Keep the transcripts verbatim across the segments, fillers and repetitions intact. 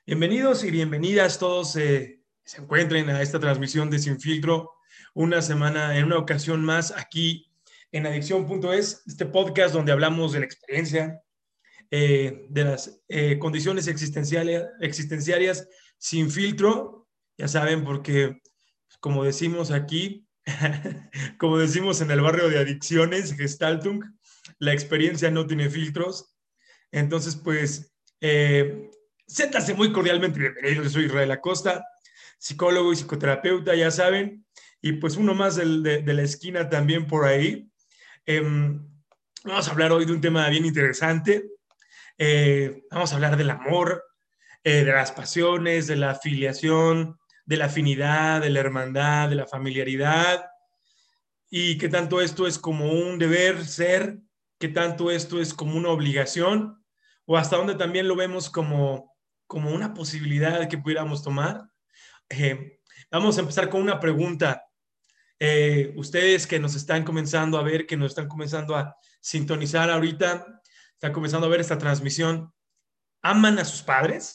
Bienvenidos y bienvenidas todos eh, se encuentren a esta transmisión de Sin Filtro, una semana, en una ocasión más aquí en adicción punto es, este podcast donde hablamos de la experiencia, eh, de las eh, condiciones existenciales, existenciarias sin filtro, ya saben, porque como decimos aquí, como decimos en el barrio de adicciones, Gestaltung, la experiencia no tiene filtros. Entonces, pues, eh, siéntanse muy cordialmente bienvenidos. Yo soy Israel Acosta, psicólogo y psicoterapeuta, ya saben, y pues uno más del, de, de, la esquina también por ahí. Eh, vamos a hablar hoy de un tema bien interesante. Eh, vamos a hablar del amor, eh, de las pasiones, de la afiliación, de la afinidad, de la hermandad, de la familiaridad, y qué tanto esto es como un deber ser, qué tanto esto es como una obligación, o hasta dónde también lo vemos como, como una posibilidad que pudiéramos tomar. Eh, vamos a empezar con una pregunta. Eh, ustedes que nos están comenzando a ver, que nos están comenzando a sintonizar ahorita, están comenzando a ver esta transmisión, ¿aman a sus padres?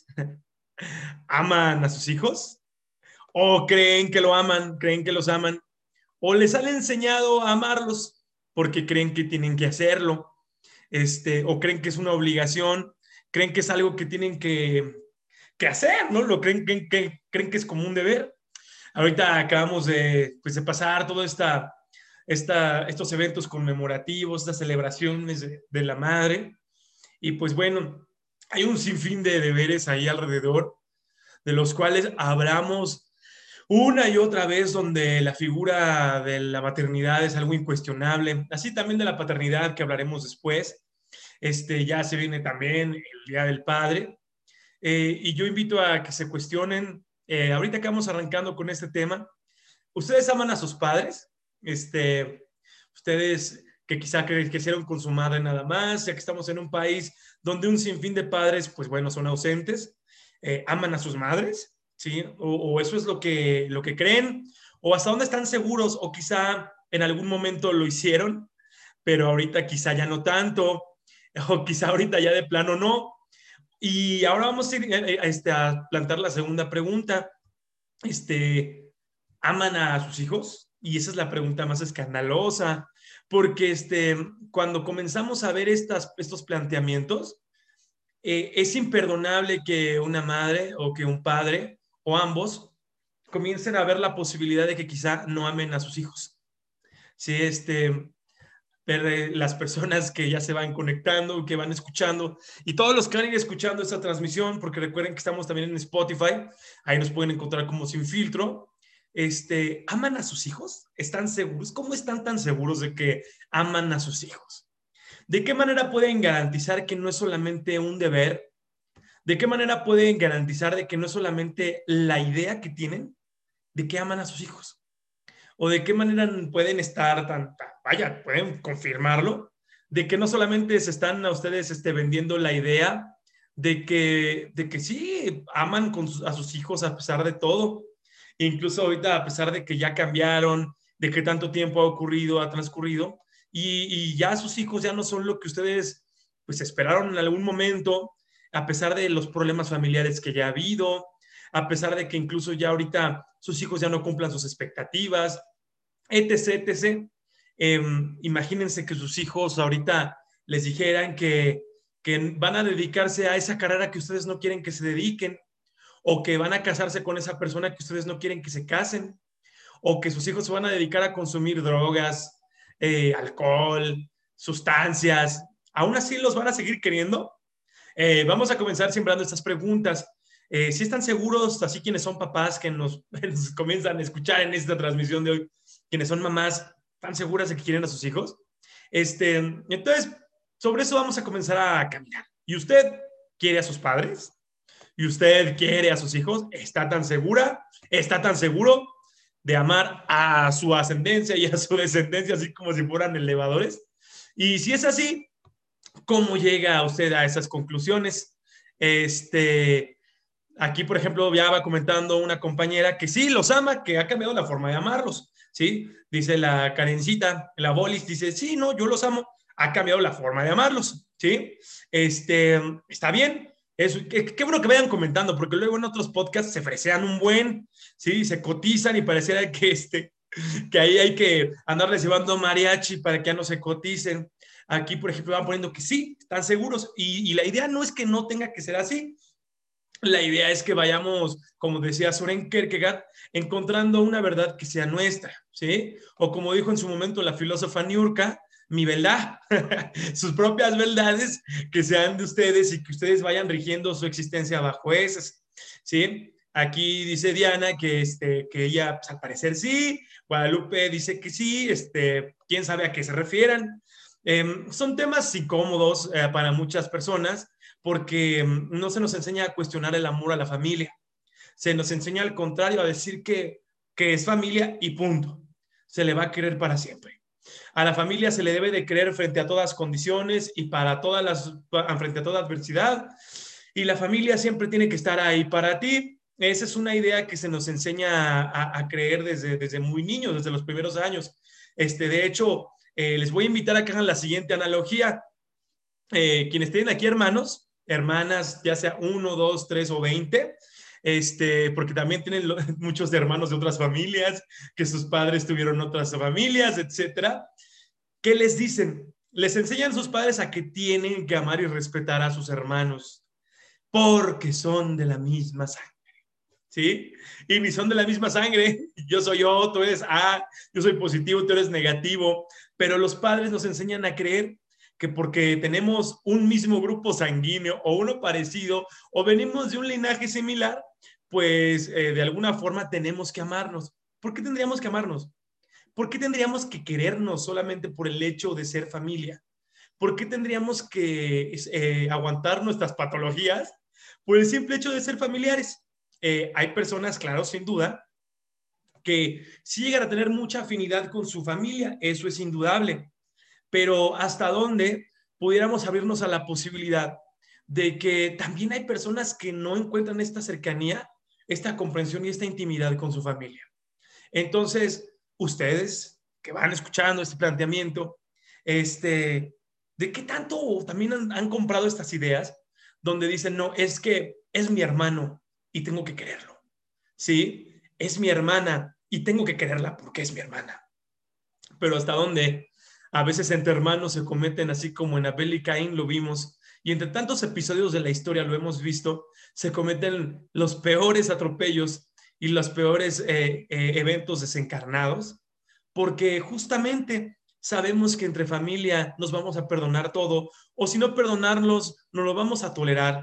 ¿Aman a sus hijos? ¿O creen que lo aman? ¿Creen que los aman? ¿O les han enseñado a amarlos porque creen que tienen que hacerlo? Este, o creen que es una obligación, creen que es algo que tienen que, que hacer, ¿no? Lo creen, creen, que, creen que es como un deber. Ahorita acabamos de, pues, de pasar todos esta, esta, estos eventos conmemorativos, estas celebraciones de, de la madre, y pues bueno, hay un sinfín de deberes ahí alrededor, de los cuales hablamos una y otra vez, donde la figura de la maternidad es algo incuestionable, así también de la paternidad, que hablaremos después. Este, ya se viene también el Día del Padre, eh, y yo invito a que se cuestionen, eh, ahorita que vamos arrancando con este tema, ¿ustedes aman a sus padres? Este, ustedes que quizá crecieron con su madre nada más, ya que estamos en un país donde un sinfín de padres, pues bueno, son ausentes, eh, ¿aman a sus madres? ¿Sí? O, o eso es lo que, lo que creen, o hasta dónde están seguros, o quizá en algún momento lo hicieron, pero ahorita quizá ya no tanto, o quizá ahorita ya de plano no. Y ahora vamos a ir eh, este, a plantar la segunda pregunta. Este, ¿Aman a sus hijos? Y esa es la pregunta más escandalosa, porque este, cuando comenzamos a ver estas, estos planteamientos, eh, es imperdonable que una madre o que un padre o ambos comiencen a ver la posibilidad de que quizá no amen a sus hijos. Sí, este, ver las personas que ya se van conectando, que van escuchando, y todos los que van a ir escuchando esta transmisión, porque recuerden que estamos también en Spotify, ahí nos pueden encontrar como Sin Filtro. Este, ¿aman a sus hijos? ¿Están seguros? ¿Cómo están tan seguros de que aman a sus hijos? ¿De qué manera pueden garantizar que no es solamente un deber? ¿De qué manera pueden garantizar de que no es solamente la idea que tienen de que aman a sus hijos? ¿O de qué manera pueden estar tan, tan vaya, pueden confirmarlo, de que no solamente se están a ustedes este, vendiendo la idea de que, de que sí, aman con sus, a sus hijos a pesar de todo, incluso ahorita a pesar de que ya cambiaron, de que tanto tiempo ha ocurrido, ha transcurrido, y, y ya sus hijos ya no son lo que ustedes pues esperaron en algún momento, a pesar de los problemas familiares que ya ha habido, a pesar de que incluso ya ahorita sus hijos ya no cumplan sus expectativas, etc, etcétera. Eh, imagínense que sus hijos ahorita les dijeran que, que van a dedicarse a esa carrera que ustedes no quieren que se dediquen, o que van a casarse con esa persona que ustedes no quieren que se casen, o que sus hijos se van a dedicar a consumir drogas, eh, alcohol, sustancias. ¿Aún así los van a seguir queriendo? Eh, vamos a comenzar sembrando estas preguntas. Eh, si están seguros, así quienes son papás que nos, nos comienzan a escuchar en esta transmisión de hoy, quienes son mamás, ¿están seguras de que quieren a sus hijos? Este, entonces, sobre eso vamos a comenzar a caminar. ¿Y usted quiere a sus padres? ¿Y usted quiere a sus hijos? ¿Está tan segura? ¿Está tan seguro de amar a su ascendencia y a su descendencia, así como si fueran elevadores? Y si es así, ¿cómo llega usted a esas conclusiones? Este, aquí, por ejemplo, ya va comentando una compañera que sí los ama, que ha cambiado la forma de amarlos, ¿sí? Dice la Karencita, la Bolis, dice, sí, no, yo los amo, ha cambiado la forma de amarlos, ¿sí? Este, está bien, Eso, qué, qué bueno que vayan comentando, porque luego en otros podcasts se fresean un buen, ¿sí? Se cotizan y pareciera que, este, que ahí hay que andarles llevando mariachi para que ya no se coticen. Aquí, por ejemplo, van poniendo que sí, están seguros. Y, y la idea no es que no tenga que ser así. La idea es que vayamos, como decía Soren Kierkegaard, encontrando una verdad que sea nuestra, ¿sí? O como dijo en su momento la filósofa Niurka, mi verdad, sus propias verdades que sean de ustedes y que ustedes vayan rigiendo su existencia bajo esas, ¿sí? Aquí dice Diana que, este, que ella, pues, al parecer sí, Guadalupe dice que sí, este, quién sabe a qué se refieran. Eh, son temas incómodos eh, para muchas personas, porque no se nos enseña a cuestionar el amor a la familia. Se nos enseña al contrario a decir que, que es familia y punto. Se le va a querer para siempre. A la familia se le debe de querer frente a todas condiciones y para todas las, frente a toda adversidad. Y la familia siempre tiene que estar ahí para ti. Esa es una idea que se nos enseña a, a creer desde, desde muy niños, desde los primeros años. Este, de hecho, eh, les voy a invitar a que hagan la siguiente analogía. Eh, quienes tienen aquí hermanos, hermanas, ya sea uno, dos, tres o veinte, este, porque también tienen lo, muchos de hermanos de otras familias, que sus padres tuvieron otras familias, etcétera. ¿Qué les dicen? Les enseñan sus padres a que tienen que amar y respetar a sus hermanos, porque son de la misma sangre. ¿Sí? Y ni son de la misma sangre. Yo soy O, tú eres A, yo soy positivo, tú eres negativo. Pero los padres nos enseñan a creer que porque tenemos un mismo grupo sanguíneo o uno parecido o venimos de un linaje similar, pues eh, de alguna forma tenemos que amarnos. ¿Por qué tendríamos que amarnos? ¿Por qué tendríamos que querernos solamente por el hecho de ser familia? ¿Por qué tendríamos que eh, aguantar nuestras patologías por el simple hecho de ser familiares? Eh, hay personas, claro, sin duda, que sí llegan a tener mucha afinidad con su familia, eso es indudable, pero ¿hasta dónde pudiéramos abrirnos a la posibilidad de que también hay personas que no encuentran esta cercanía, esta comprensión y esta intimidad con su familia? Entonces, ustedes que van escuchando este planteamiento, este, ¿de qué tanto también han, han comprado estas ideas donde dicen, no, es que es mi hermano y tengo que quererlo? ¿Sí? Es mi hermana y tengo que quererla porque es mi hermana. Pero hasta dónde a veces entre hermanos se cometen, así como en Abel y Caín lo vimos, y entre tantos episodios de la historia lo hemos visto, se cometen los peores atropellos y los peores eh, eh, eventos desencarnados, porque justamente sabemos que entre familia nos vamos a perdonar todo, o si no perdonarlos, no lo vamos a tolerar.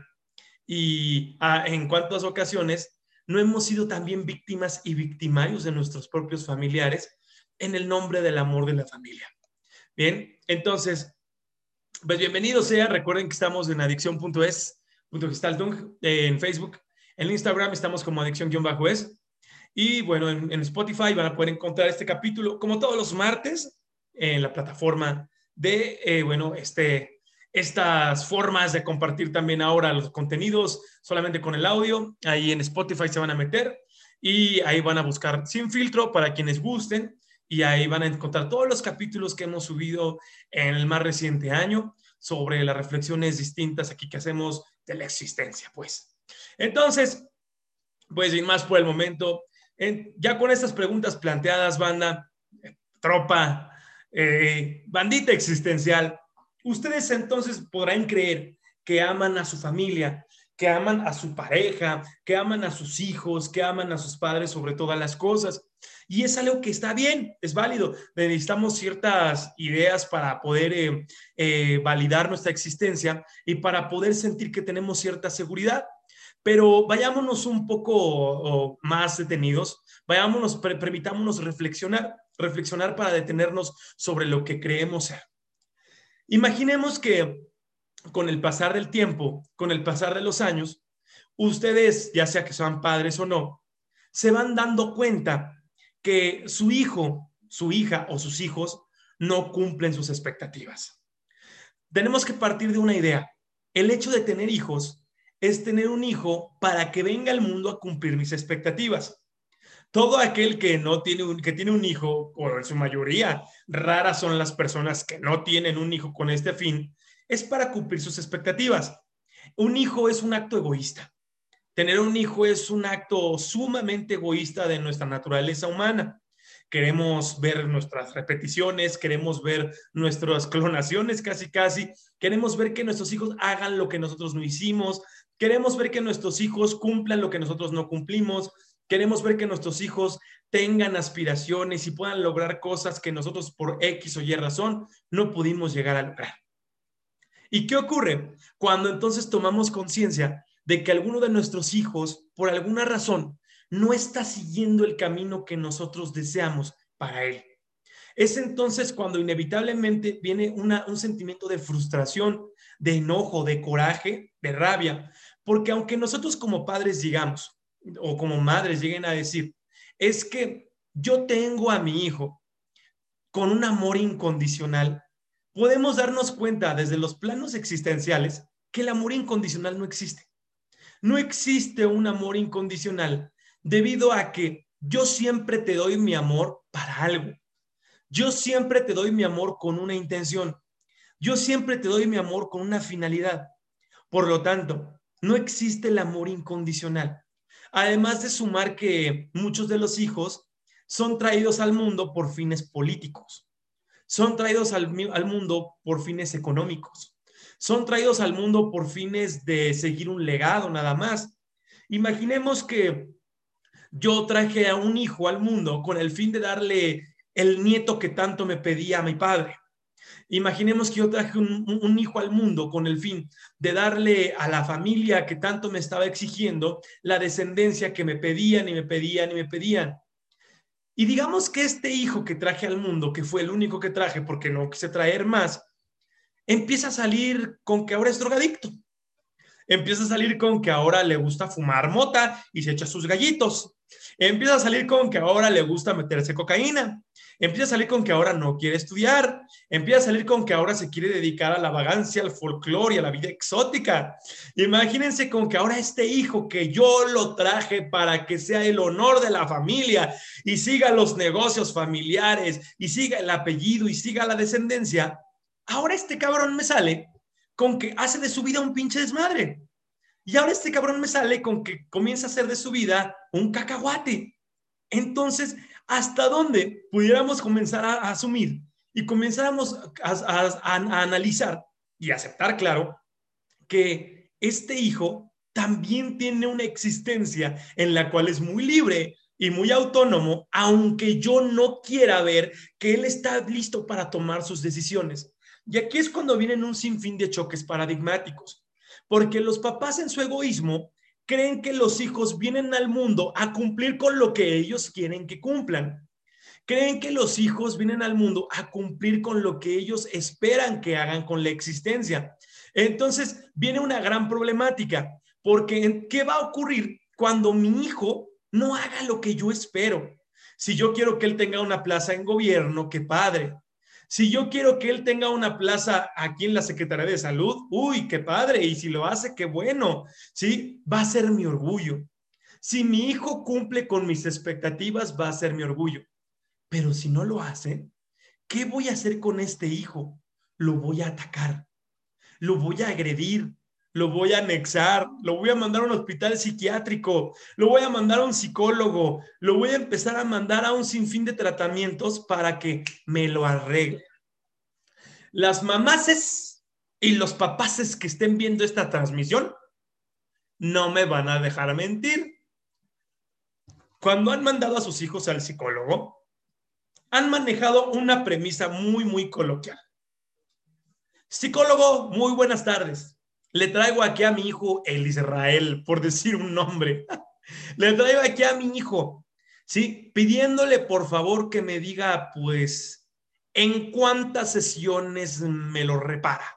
Y ah, en cuántas ocasiones no hemos sido también víctimas y victimarios de nuestros propios familiares en el nombre del amor de la familia. Bien, entonces, pues bienvenido sea. Recuerden que estamos en adicción punto es, .gestaltung, eh, en Facebook. En Instagram estamos como adicción-es. Y bueno, en, en Spotify van a poder encontrar este capítulo, como todos los martes, en la plataforma de, eh, bueno, este, estas formas de compartir también ahora los contenidos solamente con el audio. Ahí en Spotify se van a meter y ahí van a buscar Sin Filtro para quienes gusten, y ahí van a encontrar todos los capítulos que hemos subido en el más reciente año sobre las reflexiones distintas aquí que hacemos de la existencia, pues. Entonces, pues sin más por el momento, en, ya con estas preguntas planteadas, banda, tropa, eh, bandita existencial, ustedes entonces podrán creer que aman a su familia, que aman a su pareja, que aman a sus hijos, que aman a sus padres sobre todas las cosas. Y es algo que está bien, es válido. Necesitamos ciertas ideas para poder eh, eh, validar nuestra existencia y para poder sentir que tenemos cierta seguridad. Pero vayámonos un poco oh, más detenidos, vayámonos, permitámonos reflexionar, reflexionar para detenernos sobre lo que creemos ser. Imaginemos que con el pasar del tiempo, con el pasar de los años, ustedes, ya sea que sean padres o no, se van dando cuenta que su hijo, su hija o sus hijos no cumplen sus expectativas. Tenemos que partir de una idea. El hecho de tener hijos es tener un hijo para que venga al mundo a cumplir mis expectativas. Todo aquel que no tiene un, que tiene un hijo, o en su mayoría, raras son las personas que no tienen un hijo con este fin, es para cumplir sus expectativas. Un hijo es un acto egoísta. Tener un hijo es un acto sumamente egoísta de nuestra naturaleza humana. Queremos ver nuestras repeticiones, queremos ver nuestras clonaciones casi casi, queremos ver que nuestros hijos hagan lo que nosotros no hicimos, queremos ver que nuestros hijos cumplan lo que nosotros no cumplimos, queremos ver que nuestros hijos tengan aspiraciones y puedan lograr cosas que nosotros por X o Y razón no pudimos llegar a lograr. ¿Y qué ocurre? Cuando entonces tomamos conciencia de que alguno de nuestros hijos, por alguna razón, no está siguiendo el camino que nosotros deseamos para él. Es entonces cuando inevitablemente viene una, un sentimiento de frustración, de enojo, de coraje, de rabia, porque aunque nosotros como padres digamos, o como madres lleguen a decir, es que yo tengo a mi hijo con un amor incondicional, podemos darnos cuenta desde los planos existenciales que el amor incondicional no existe. No existe un amor incondicional debido a que yo siempre te doy mi amor para algo. Yo siempre te doy mi amor con una intención. Yo siempre te doy mi amor con una finalidad. Por lo tanto, no existe el amor incondicional. Además de sumar que muchos de los hijos son traídos al mundo por fines políticos. Son traídos al, al mundo por fines económicos. Son traídos al mundo por fines de seguir un legado nada más. Imaginemos que yo traje a un hijo al mundo con el fin de darle el nieto que tanto me pedía a mi padre. Imaginemos que yo traje un, un, hijo al mundo con el fin de darle a la familia que tanto me estaba exigiendo la descendencia que me pedían y me pedían y me pedían. Y digamos que este hijo que traje al mundo, que fue el único que traje porque no quise traer más, empieza a salir con que ahora es drogadicto. Empieza a salir con que ahora le gusta fumar mota y se echa sus gallitos. Empieza a salir con que ahora le gusta meterse cocaína. Empieza a salir con que ahora no quiere estudiar. Empieza a salir con que ahora se quiere dedicar a la vagancia, al folclore y a la vida exótica. Imagínense con que ahora este hijo que yo lo traje para que sea el honor de la familia y siga los negocios familiares y siga el apellido y siga la descendencia, ahora este cabrón me sale con que hace de su vida un pinche desmadre. Y ahora este cabrón me sale con que comienza a hacer de su vida un cacahuate. Entonces, ¿hasta dónde pudiéramos comenzar a, a asumir y comenzáramos a, a, a, a analizar y aceptar, claro, que este hijo también tiene una existencia en la cual es muy libre y muy autónomo, aunque yo no quiera ver que él está listo para tomar sus decisiones? Y aquí es cuando vienen un sinfín de choques paradigmáticos, porque los papás en su egoísmo creen que los hijos vienen al mundo a cumplir con lo que ellos quieren que cumplan. Creen que los hijos vienen al mundo a cumplir con lo que ellos esperan que hagan con la existencia. Entonces viene una gran problemática, porque ¿qué va a ocurrir cuando mi hijo no haga lo que yo espero? Si yo quiero que él tenga una plaza en gobierno, qué padre. Si yo quiero que él tenga una plaza aquí en la Secretaría de Salud, uy, qué padre, y si lo hace, qué bueno, ¿sí? Va a ser mi orgullo. Si mi hijo cumple con mis expectativas, va a ser mi orgullo. Pero si no lo hace, ¿qué voy a hacer con este hijo? Lo voy a atacar, lo voy a agredir, lo voy a anexar, lo voy a mandar a un hospital psiquiátrico, lo voy a mandar a un psicólogo, lo voy a empezar a mandar a un sinfín de tratamientos para que me lo arregle. Las mamases y los papaces que estén viendo esta transmisión no me van a dejar mentir. Cuando han mandado a sus hijos al psicólogo, han manejado una premisa muy, muy coloquial. Psicólogo, muy buenas tardes. Le traigo aquí a mi hijo, el Israel, por decir un nombre. Le traigo aquí a mi hijo, ¿sí? Pidiéndole, por favor, que me diga, pues, ¿en cuántas sesiones me lo repara?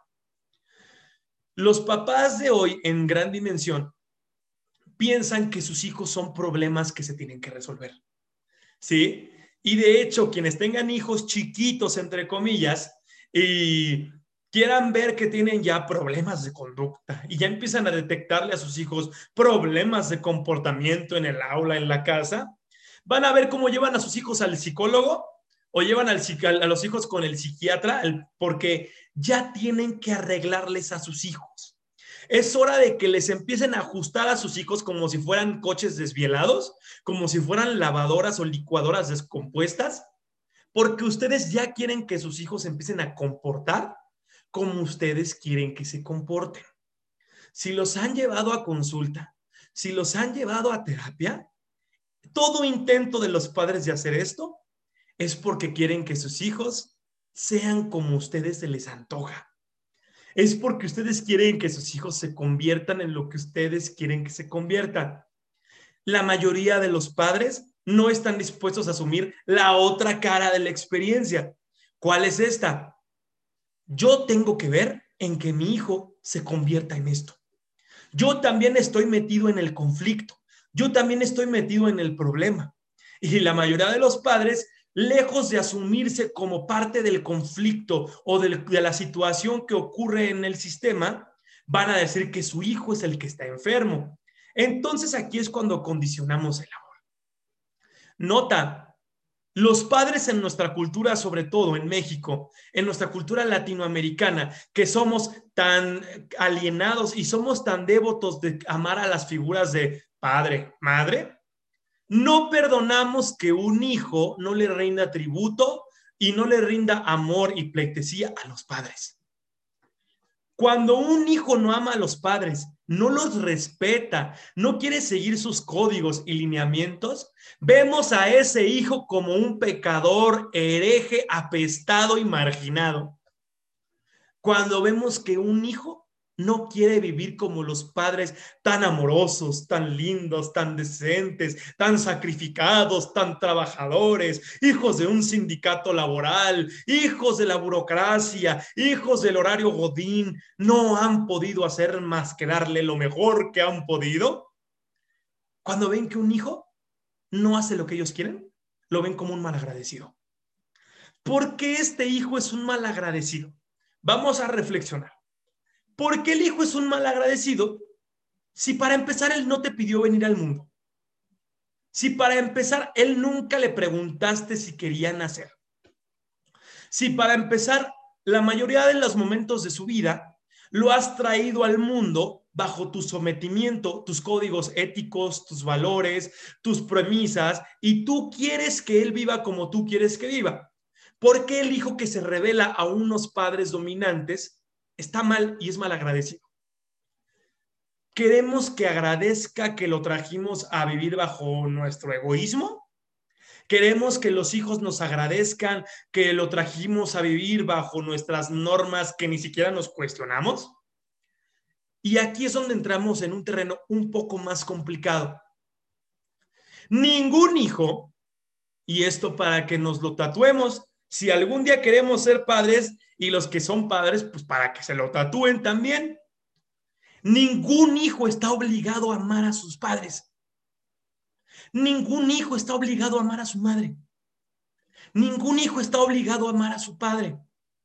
Los papás de hoy, en gran dimensión, piensan que sus hijos son problemas que se tienen que resolver, ¿sí? Y de hecho, quienes tengan hijos chiquitos, entre comillas, y quieran ver que tienen ya problemas de conducta y ya empiezan a detectarle a sus hijos problemas de comportamiento en el aula, en la casa, van a ver cómo llevan a sus hijos al psicólogo o llevan al, a los hijos con el psiquiatra porque ya tienen que arreglarles a sus hijos. Es hora de que les empiecen a ajustar a sus hijos como si fueran coches desvielados, como si fueran lavadoras o licuadoras descompuestas, porque ustedes ya quieren que sus hijos empiecen a comportar como ustedes quieren que se comporten. Si los han llevado a consulta, si los han llevado a terapia, todo intento de los padres de hacer esto es porque quieren que sus hijos sean como ustedes se les antoja. Es porque ustedes quieren que sus hijos se conviertan en lo que ustedes quieren que se conviertan. La mayoría de los padres no están dispuestos a asumir la otra cara de la experiencia. ¿Cuál es esta? Yo tengo que ver en que mi hijo se convierta en esto. Yo también estoy metido en el conflicto. Yo también estoy metido en el problema. Y la mayoría de los padres, lejos de asumirse como parte del conflicto o de, de la situación que ocurre en el sistema, van a decir que su hijo es el que está enfermo. Entonces aquí es cuando condicionamos el amor. Nota, los padres en nuestra cultura, sobre todo en México, en nuestra cultura latinoamericana, que somos tan alienados y somos tan devotos de amar a las figuras de padre, madre, no perdonamos que un hijo no le rinda tributo y no le rinda amor y pleitesía a los padres. Cuando un hijo no ama a los padres, no los respeta, no quiere seguir sus códigos y lineamientos, vemos a ese hijo como un pecador, hereje, apestado y marginado. Cuando vemos que un hijo no quiere vivir como los padres tan amorosos, tan lindos, tan decentes, tan sacrificados, tan trabajadores, hijos de un sindicato laboral, hijos de la burocracia, hijos del horario godín, no han podido hacer más que darle lo mejor que han podido. Cuando ven que un hijo no hace lo que ellos quieren, lo ven como un malagradecido. ¿Por qué este hijo es un malagradecido? Vamos a reflexionar. ¿Por qué el hijo es un malagradecido si para empezar él no te pidió venir al mundo? Si para empezar él nunca le preguntaste si quería nacer. Si para empezar la mayoría de los momentos de su vida lo has traído al mundo bajo tu sometimiento, tus códigos éticos, tus valores, tus premisas, y tú quieres que él viva como tú quieres que viva. ¿Por qué el hijo que se revela a unos padres dominantes está mal y es malagradecido? ¿Queremos que agradezca que lo trajimos a vivir bajo nuestro egoísmo? ¿Queremos que los hijos nos agradezcan que lo trajimos a vivir bajo nuestras normas que ni siquiera nos cuestionamos? Y aquí es donde entramos en un terreno un poco más complicado. Ningún hijo, y esto para que nos lo tatuemos, si algún día queremos ser padres, y los que son padres, pues para que se lo tatúen también. Ningún hijo está obligado a amar a sus padres. Ningún hijo está obligado a amar a su madre. Ningún hijo está obligado a amar a su padre.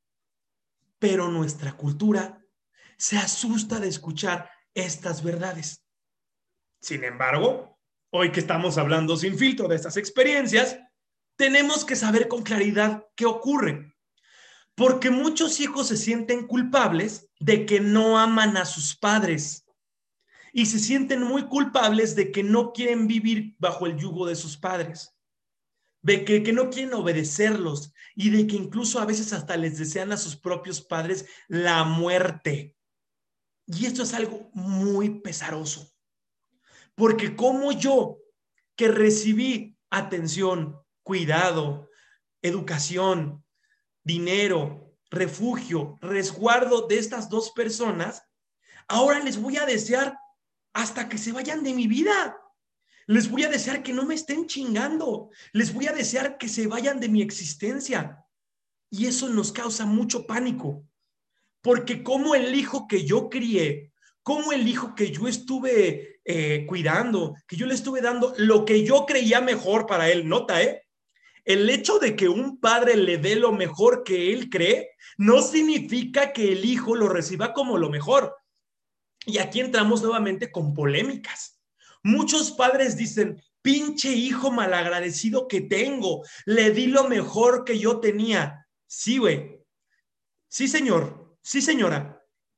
Pero nuestra cultura se asusta de escuchar estas verdades. Sin embargo, hoy que estamos hablando sin filtro de estas experiencias, tenemos que saber con claridad qué ocurre. Porque muchos hijos se sienten culpables de que no aman a sus padres y se sienten muy culpables de que no quieren vivir bajo el yugo de sus padres, de que, que no quieren obedecerlos y de que incluso a veces hasta les desean a sus propios padres la muerte. Y esto es algo muy pesaroso, porque como yo, que recibí atención, cuidado, educación, dinero, refugio, resguardo de estas dos personas, ahora les voy a desear hasta que se vayan de mi vida. Les voy a desear que no me estén chingando. Les voy a desear que se vayan de mi existencia. Y eso nos causa mucho pánico. Porque como el hijo que yo crié, como el hijo que yo estuve eh, cuidando, que yo le estuve dando lo que yo creía mejor para él, nota, ¿eh? El hecho de que un padre le dé lo mejor que él cree no significa que el hijo lo reciba como lo mejor. Y aquí entramos nuevamente con polémicas. Muchos padres dicen, pinche hijo malagradecido que tengo, le di lo mejor que yo tenía. Sí, güey. Sí, señor. Sí, señora.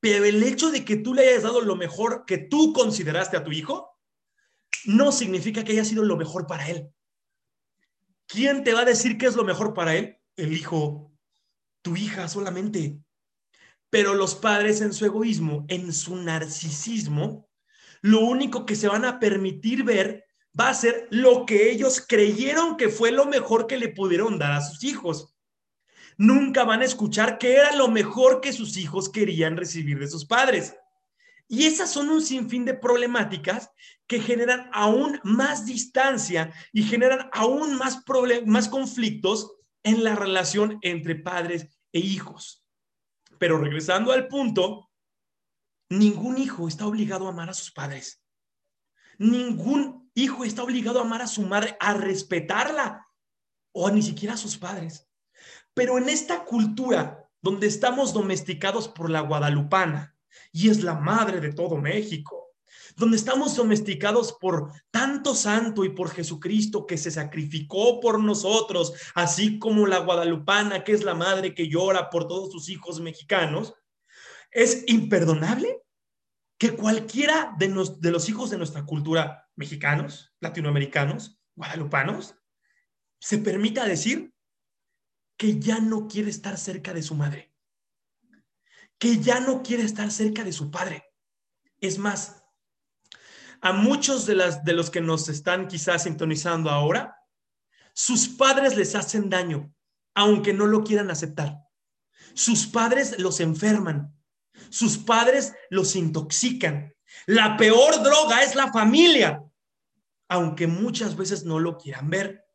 Pero el hecho de que tú le hayas dado lo mejor que tú consideraste a tu hijo, no significa que haya sido lo mejor para él. ¿Quién te va a decir qué es lo mejor para él? El hijo, tu hija solamente. Pero los padres en su egoísmo, en su narcisismo, lo único que se van a permitir ver va a ser lo que ellos creyeron que fue lo mejor que le pudieron dar a sus hijos. Nunca van a escuchar qué era lo mejor que sus hijos querían recibir de sus padres. Y esas son un sinfín de problemáticas que generan aún más distancia y generan aún más, más conflictos en la relación entre padres e hijos. Pero regresando al punto, ningún hijo está obligado a amar a sus padres. Ningún hijo está obligado a amar a su madre, a respetarla, o ni siquiera a sus padres. Pero en esta cultura donde estamos domesticados por la guadalupana, y es la madre de todo México, donde estamos domesticados por tanto santo y por Jesucristo que se sacrificó por nosotros, así como la guadalupana, que es la madre que llora por todos sus hijos mexicanos, es imperdonable que cualquiera de, nos, de los hijos de nuestra cultura, mexicanos, latinoamericanos, guadalupanos, se permita decir que ya no quiere estar cerca de su madre, que ya no quiere estar cerca de su padre. Es más, a muchos de, las, de los que nos están quizás sintonizando ahora, sus padres les hacen daño, aunque no lo quieran aceptar. Sus padres los enferman, sus padres los intoxican. La peor droga es la familia, aunque muchas veces no lo quieran ver.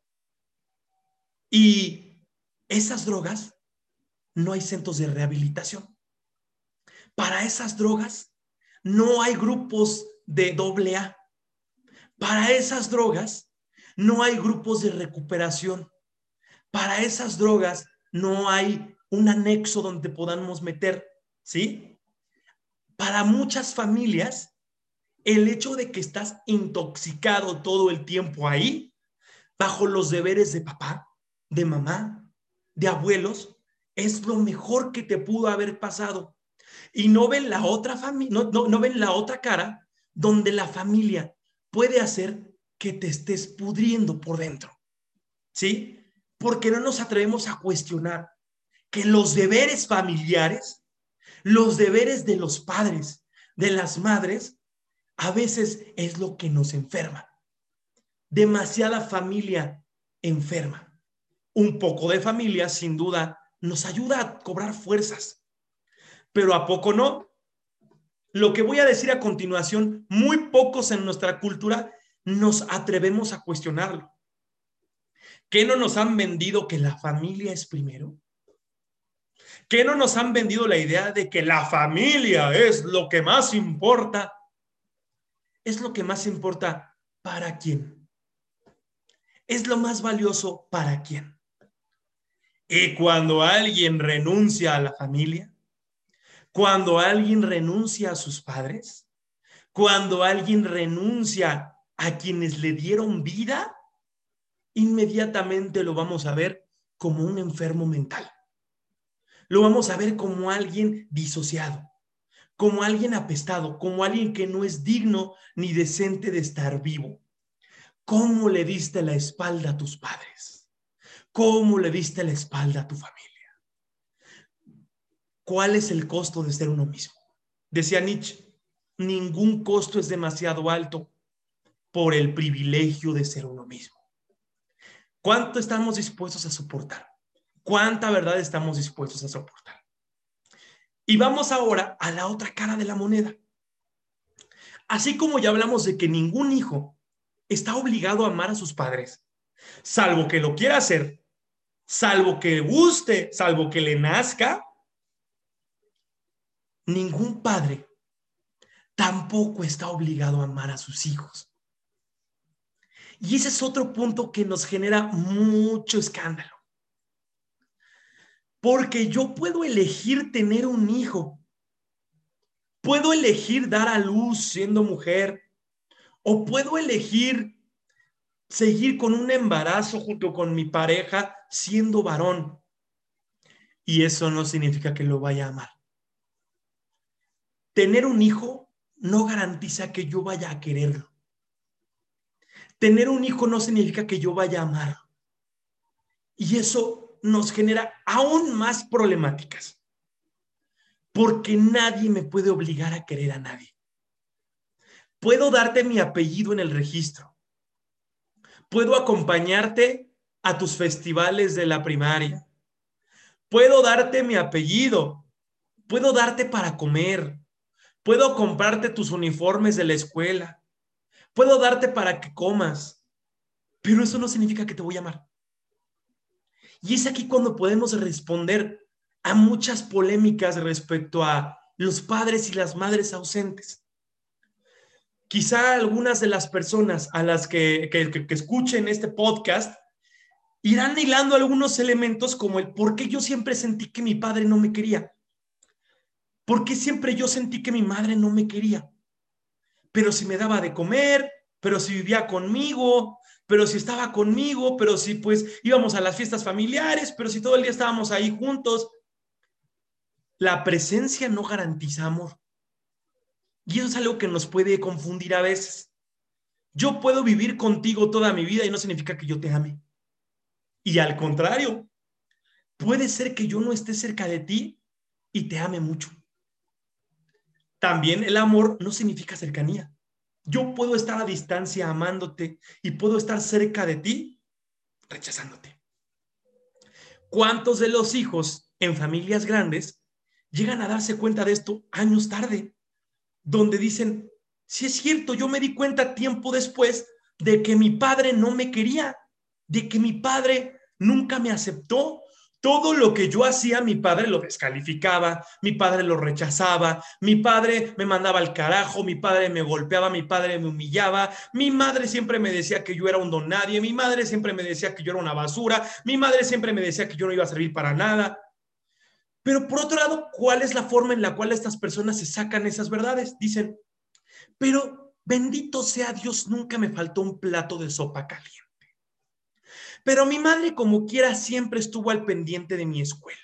Y esas drogas, no hay centros de rehabilitación. Para esas drogas, no hay grupos de doble A. Para esas drogas, no hay grupos de recuperación. Para esas drogas, no hay un anexo donde podamos meter, ¿sí? Para muchas familias, el hecho de que estás intoxicado todo el tiempo ahí, bajo los deberes de papá, de mamá, de abuelos, es lo mejor que te pudo haber pasado. Y no ven la otra familia, no, no, no ven la otra cara donde la familia puede hacer que te estés pudriendo por dentro, ¿sí? Porque no nos atrevemos a cuestionar que los deberes familiares, los deberes de los padres, de las madres, a veces es lo que nos enferma. Demasiada familia enferma. Un poco de familia, sin duda, nos ayuda a cobrar fuerzas. Pero ¿a poco no? Lo que voy a decir a continuación, muy pocos en nuestra cultura nos atrevemos a cuestionarlo. ¿Qué no nos han vendido que la familia es primero? ¿Qué no nos han vendido la idea de que la familia es lo que más importa? Es lo que más importa para quién. Es lo más valioso para quién. Y cuando alguien renuncia a la familia, cuando alguien renuncia a sus padres, cuando alguien renuncia a quienes le dieron vida, inmediatamente lo vamos a ver como un enfermo mental. Lo vamos a ver como alguien disociado, como alguien apestado, como alguien que no es digno ni decente de estar vivo. ¿Cómo le diste la espalda a tus padres? ¿Cómo le diste la espalda a tu familia? ¿Cuál es el costo de ser uno mismo? Decía Nietzsche, ningún costo es demasiado alto por el privilegio de ser uno mismo. ¿Cuánto estamos dispuestos a soportar? ¿Cuánta verdad estamos dispuestos a soportar? Y vamos ahora a la otra cara de la moneda. Así como ya hablamos de que ningún hijo está obligado a amar a sus padres, salvo que lo quiera hacer, salvo que le guste, salvo que le nazca, ningún padre tampoco está obligado a amar a sus hijos. Y ese es otro punto que nos genera mucho escándalo. Porque yo puedo elegir tener un hijo, puedo elegir dar a luz siendo mujer, o puedo elegir seguir con un embarazo junto con mi pareja siendo varón. Y eso no significa que lo vaya a amar. tener un hijo no garantiza que yo vaya a quererlo. Tener un hijo no significa que yo vaya a amarlo. Y eso nos genera aún más problemáticas. Porque nadie me puede obligar a querer a nadie. Puedo darte mi apellido en el registro. Puedo acompañarte a tus festivales de la primaria. Puedo darte mi apellido. Puedo darte para comer. Puedo comprarte tus uniformes de la escuela. Puedo darte para que comas. Pero eso no significa que te voy a amar. Y es aquí cuando podemos responder a muchas polémicas respecto a los padres y las madres ausentes. Quizá algunas de las personas a las que, que, que escuchen este podcast irán hilando algunos elementos como el por qué yo siempre sentí que mi padre no me quería. ¿Por qué siempre yo sentí que mi madre no me quería? Pero si me daba de comer, pero si vivía conmigo, pero si estaba conmigo, pero si pues íbamos a las fiestas familiares, pero si todo el día estábamos ahí juntos. La presencia no garantiza amor. Y eso es algo que nos puede confundir a veces. Yo puedo vivir contigo toda mi vida y no significa que yo te ame. Y al contrario, puede ser que yo no esté cerca de ti y te ame mucho. También el amor no significa cercanía. Yo puedo estar a distancia amándote y puedo estar cerca de ti rechazándote. ¿Cuántos de los hijos en familias grandes llegan a darse cuenta de esto años tarde? Donde dicen, sí es cierto, yo me di cuenta tiempo después de que mi padre no me quería, de que mi padre nunca me aceptó. Todo lo que yo hacía, mi padre lo descalificaba, mi padre lo rechazaba, mi padre me mandaba al carajo, mi padre me golpeaba, mi padre me humillaba, mi madre siempre me decía que yo era un don nadie, mi madre siempre me decía que yo era una basura, mi madre siempre me decía que yo no iba a servir para nada. Pero por otro lado, ¿cuál es la forma en la cual estas personas se sacan esas verdades? Dicen, pero bendito sea Dios, nunca me faltó un plato de sopa caliente. Pero mi madre, como quiera, siempre estuvo al pendiente de mi escuela.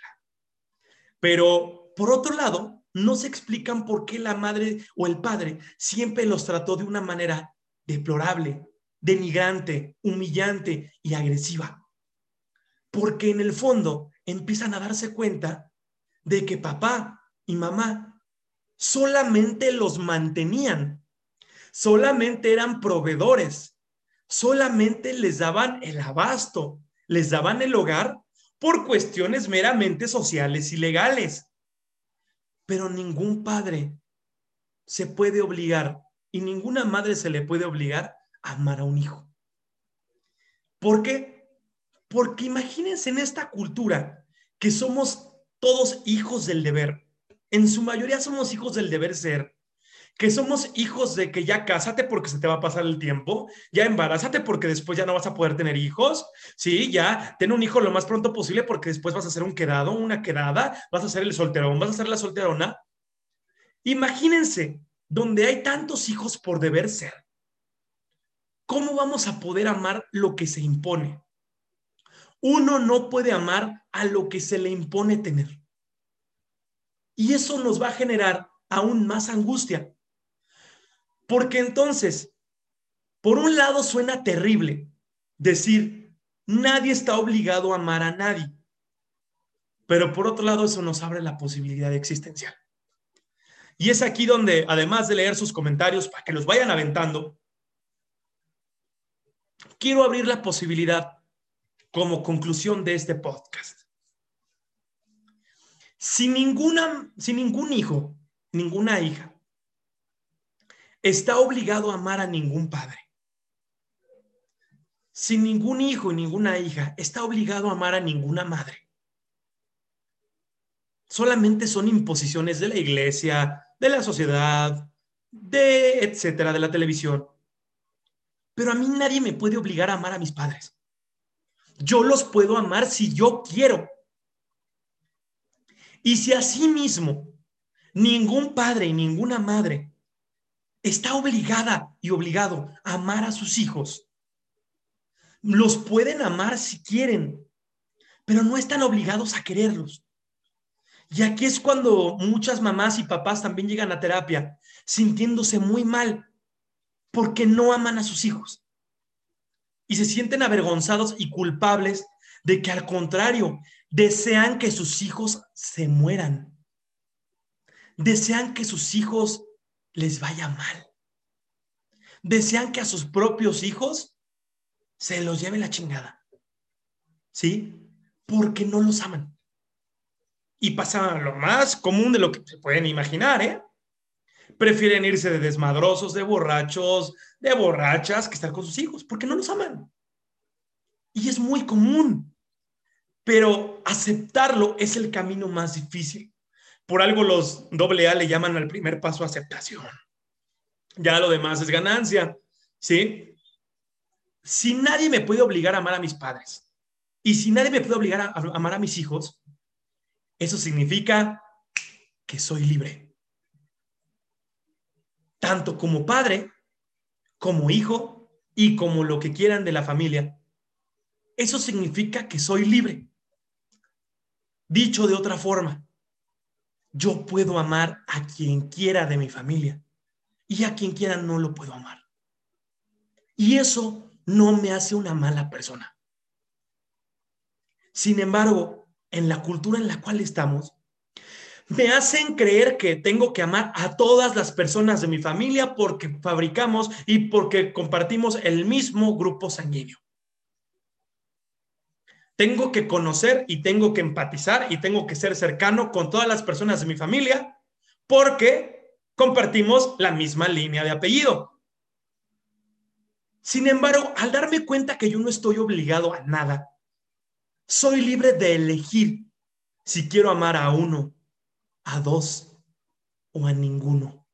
Pero por otro lado, no se explican por qué la madre o el padre siempre los trató de una manera deplorable, denigrante, humillante y agresiva. Porque en el fondo empiezan a darse cuenta de que papá y mamá solamente los mantenían, solamente eran proveedores, solamente les daban el abasto, les daban el hogar por cuestiones meramente sociales y legales. Pero ningún padre se puede obligar y ninguna madre se le puede obligar a amar a un hijo. ¿Por qué? Porque imagínense en esta cultura que somos todos hijos del deber. En su mayoría somos hijos del deber ser. Que somos hijos de que ya cásate porque se te va a pasar el tiempo, ya embarázate porque después ya no vas a poder tener hijos, sí, ya ten un hijo lo más pronto posible porque después vas a ser un quedado, una quedada, vas a ser el solterón, vas a ser la solterona. Imagínense, donde hay tantos hijos por deber ser, ¿cómo vamos a poder amar lo que se impone? Uno no puede amar a lo que se le impone tener. Y eso nos va a generar aún más angustia. Porque entonces, por un lado suena terrible decir, nadie está obligado a amar a nadie. Pero por otro lado, eso nos abre la posibilidad existencial. Y es aquí donde, además de leer sus comentarios para que los vayan aventando, quiero abrir la posibilidad como conclusión de este podcast. Si, ninguna, si ningún hijo, ninguna hija está obligado a amar a ningún padre, si ningún hijo y ninguna hija está obligado a amar a ninguna madre, solamente son imposiciones de la iglesia, de la sociedad, de etcétera, de la televisión. Pero a mí nadie me puede obligar a amar a mis padres. Yo los puedo amar si yo quiero. Y si asimismo ningún padre y ninguna madre está obligada y obligado a amar a sus hijos, los pueden amar si quieren, pero no están obligados a quererlos. Y aquí es cuando muchas mamás y papás también llegan a terapia sintiéndose muy mal porque no aman a sus hijos y se sienten avergonzados y culpables de que al contrario, desean que sus hijos se mueran, desean que sus hijos les vaya mal, desean que a sus propios hijos se los lleve la chingada, ¿sí? Porque no los aman. Y pasa lo más común de lo que se pueden imaginar, ¿eh? Prefieren irse de desmadrosos, de borrachos, de borrachas, que estar con sus hijos, porque no los aman. Y es muy común, pero aceptarlo es el camino más difícil. Por algo los doble A le llaman al primer paso aceptación. Ya lo demás es ganancia, ¿sí? Si nadie me puede obligar a amar a mis padres y si nadie me puede obligar a amar a mis hijos, eso significa que soy libre. Tanto como padre, como hijo y como lo que quieran de la familia. Eso significa que soy libre. Dicho de otra forma, yo puedo amar a quien quiera de mi familia y a quien quiera no lo puedo amar. Y eso no me hace una mala persona. Sin embargo, en la cultura en la cual estamos, me hacen creer que tengo que amar a todas las personas de mi familia porque fabricamos y porque compartimos el mismo grupo sanguíneo. Tengo que conocer y tengo que empatizar y tengo que ser cercano con todas las personas de mi familia porque compartimos la misma línea de apellido. Sin embargo, al darme cuenta que yo no estoy obligado a nada, soy libre de elegir si quiero amar a uno, a dos o a ninguno.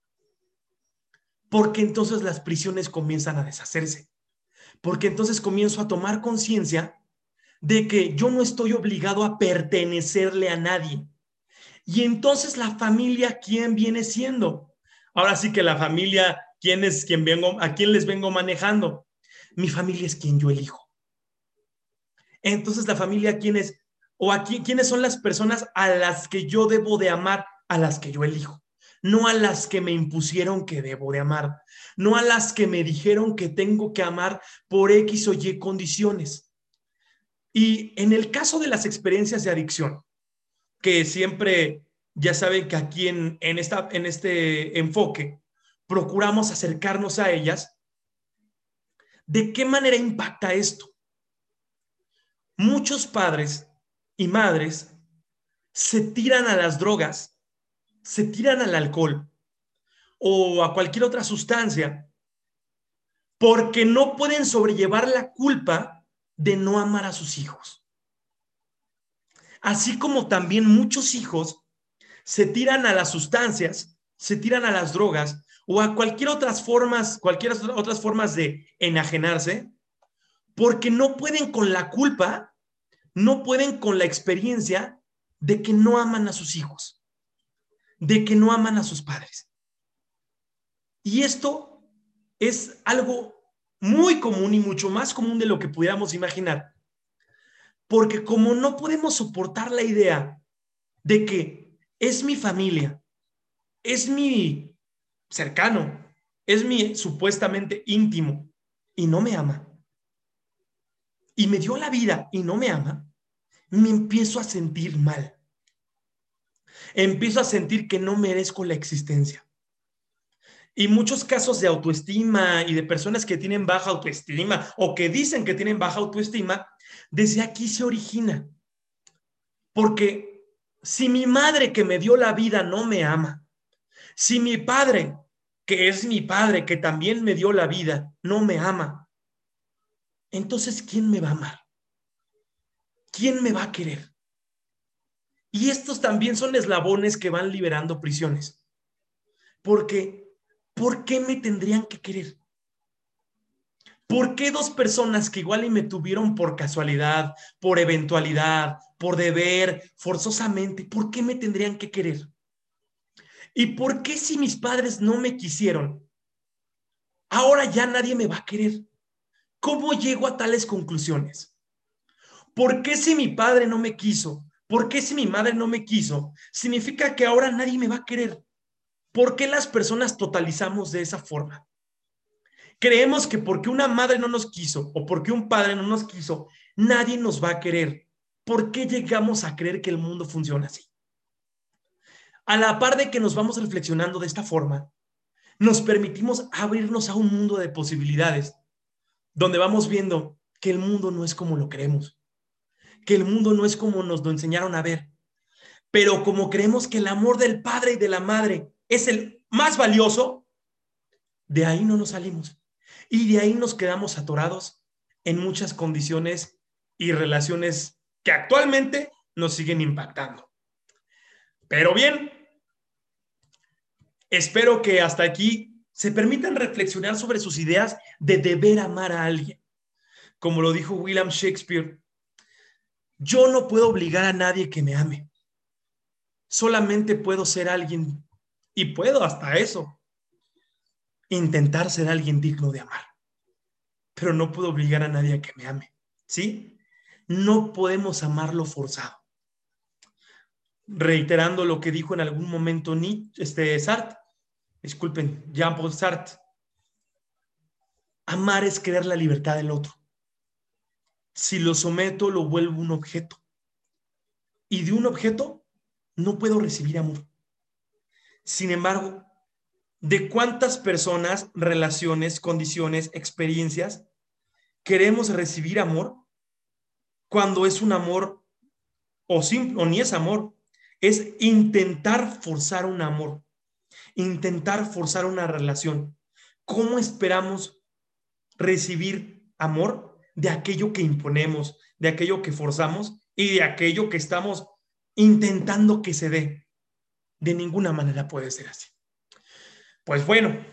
Porque entonces las prisiones comienzan a deshacerse. Porque entonces comienzo a tomar conciencia de que yo no estoy obligado a pertenecerle a nadie. Y entonces la familia, ¿quién viene siendo? Ahora sí que la familia, ¿quién es quien vengo, a quién les vengo manejando? Mi familia es quien yo elijo. Entonces la familia, ¿quién es? O aquí, ¿quiénes son las personas a las que yo debo de amar? A las que yo elijo. No a las que me impusieron que debo de amar. No a las que me dijeron que tengo que amar por X o Y condiciones. Y en el caso de las experiencias de adicción, que siempre, ya saben que aquí en, en, esta, en este enfoque procuramos acercarnos a ellas, ¿de qué manera impacta esto? Muchos padres y madres se tiran a las drogas, se tiran al alcohol o a cualquier otra sustancia porque no pueden sobrellevar la culpa de no amar a sus hijos. Así como también muchos hijos se tiran a las sustancias, se tiran a las drogas o a cualquier otras formas, cualquier otras formas de enajenarse, porque no pueden con la culpa, no pueden con la experiencia de que no aman a sus hijos, de que no aman a sus padres. Y esto es algo muy común y mucho más común de lo que pudiéramos imaginar, porque como no podemos soportar la idea de que es mi familia, es mi cercano, es mi supuestamente íntimo y no me ama, y me dio la vida y no me ama, me empiezo a sentir mal. Empiezo a sentir que no merezco la existencia. Y muchos casos de autoestima y de personas que tienen baja autoestima o que dicen que tienen baja autoestima, desde aquí se origina. Porque si mi madre que me dio la vida no me ama, si mi padre, que es mi padre, que también me dio la vida, no me ama, entonces ¿quién me va a amar? ¿Quién me va a querer? Y estos también son eslabones que van liberando prisiones. Porque, ¿por qué me tendrían que querer? ¿Por qué dos personas que igual y me tuvieron por casualidad, por eventualidad, por deber, forzosamente, ¿por qué me tendrían que querer? ¿Y por qué si mis padres no me quisieron, ahora ya nadie me va a querer? ¿Cómo llego a tales conclusiones? ¿Por qué si mi padre no me quiso? ¿Por qué si mi madre no me quiso, significa que ahora nadie me va a querer? ¿Por qué las personas totalizamos de esa forma? Creemos que porque una madre no nos quiso o porque un padre no nos quiso, nadie nos va a querer. ¿Por qué llegamos a creer que el mundo funciona así? A la par de que nos vamos reflexionando de esta forma, nos permitimos abrirnos a un mundo de posibilidades, donde vamos viendo que el mundo no es como lo creemos, que el mundo no es como nos lo enseñaron a ver, pero como creemos que el amor del padre y de la madre es el más valioso, de ahí no nos salimos. Y de ahí nos quedamos atorados en muchas condiciones y relaciones que actualmente nos siguen impactando. Pero bien, espero que hasta aquí se permitan reflexionar sobre sus ideas de deber amar a alguien. Como lo dijo William Shakespeare, yo no puedo obligar a nadie que me ame. Solamente puedo ser alguien, y puedo hasta eso, intentar ser alguien digno de amar. Pero no puedo obligar a nadie a que me ame, ¿sí? No podemos amarlo forzado. Reiterando lo que dijo en algún momento Nietzsche, este, Sartre, disculpen, Jean-Paul Sartre, amar es querer la libertad del otro. Si lo someto, lo vuelvo un objeto. Y de un objeto no puedo recibir amor. Sin embargo, ¿de cuántas personas, relaciones, condiciones, experiencias queremos recibir amor cuando es un amor o, simple, o ni es amor? Es intentar forzar un amor, intentar forzar una relación. ¿Cómo esperamos recibir amor de aquello que imponemos, de aquello que forzamos y de aquello que estamos intentando que se dé? De ninguna manera puede ser así. Pues bueno,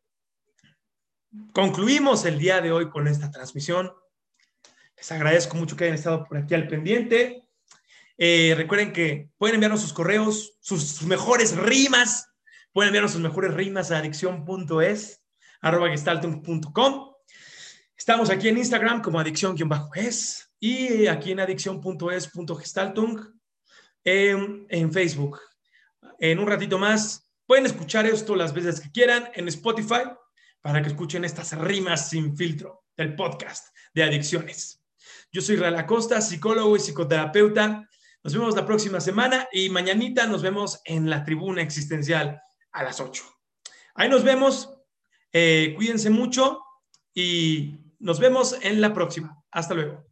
concluimos el día de hoy con esta transmisión. Les agradezco mucho que hayan estado por aquí al pendiente. Eh, recuerden que pueden enviarnos sus correos, sus, sus mejores rimas. Pueden enviarnos sus mejores rimas a adicción punto es, arroba gestaltung punto com. Estamos aquí en Instagram como adicción-es y aquí en adicción punto es punto gestaltung en, en Facebook. En un ratito más pueden escuchar esto las veces que quieran en Spotify para que escuchen estas rimas sin filtro del podcast de adicciones. Yo soy Israel Acosta, psicólogo y psicoterapeuta. Nos vemos la próxima semana y mañanita nos vemos en la tribuna existencial a las ocho. Ahí nos vemos. Eh, cuídense mucho y nos vemos en la próxima. Hasta luego.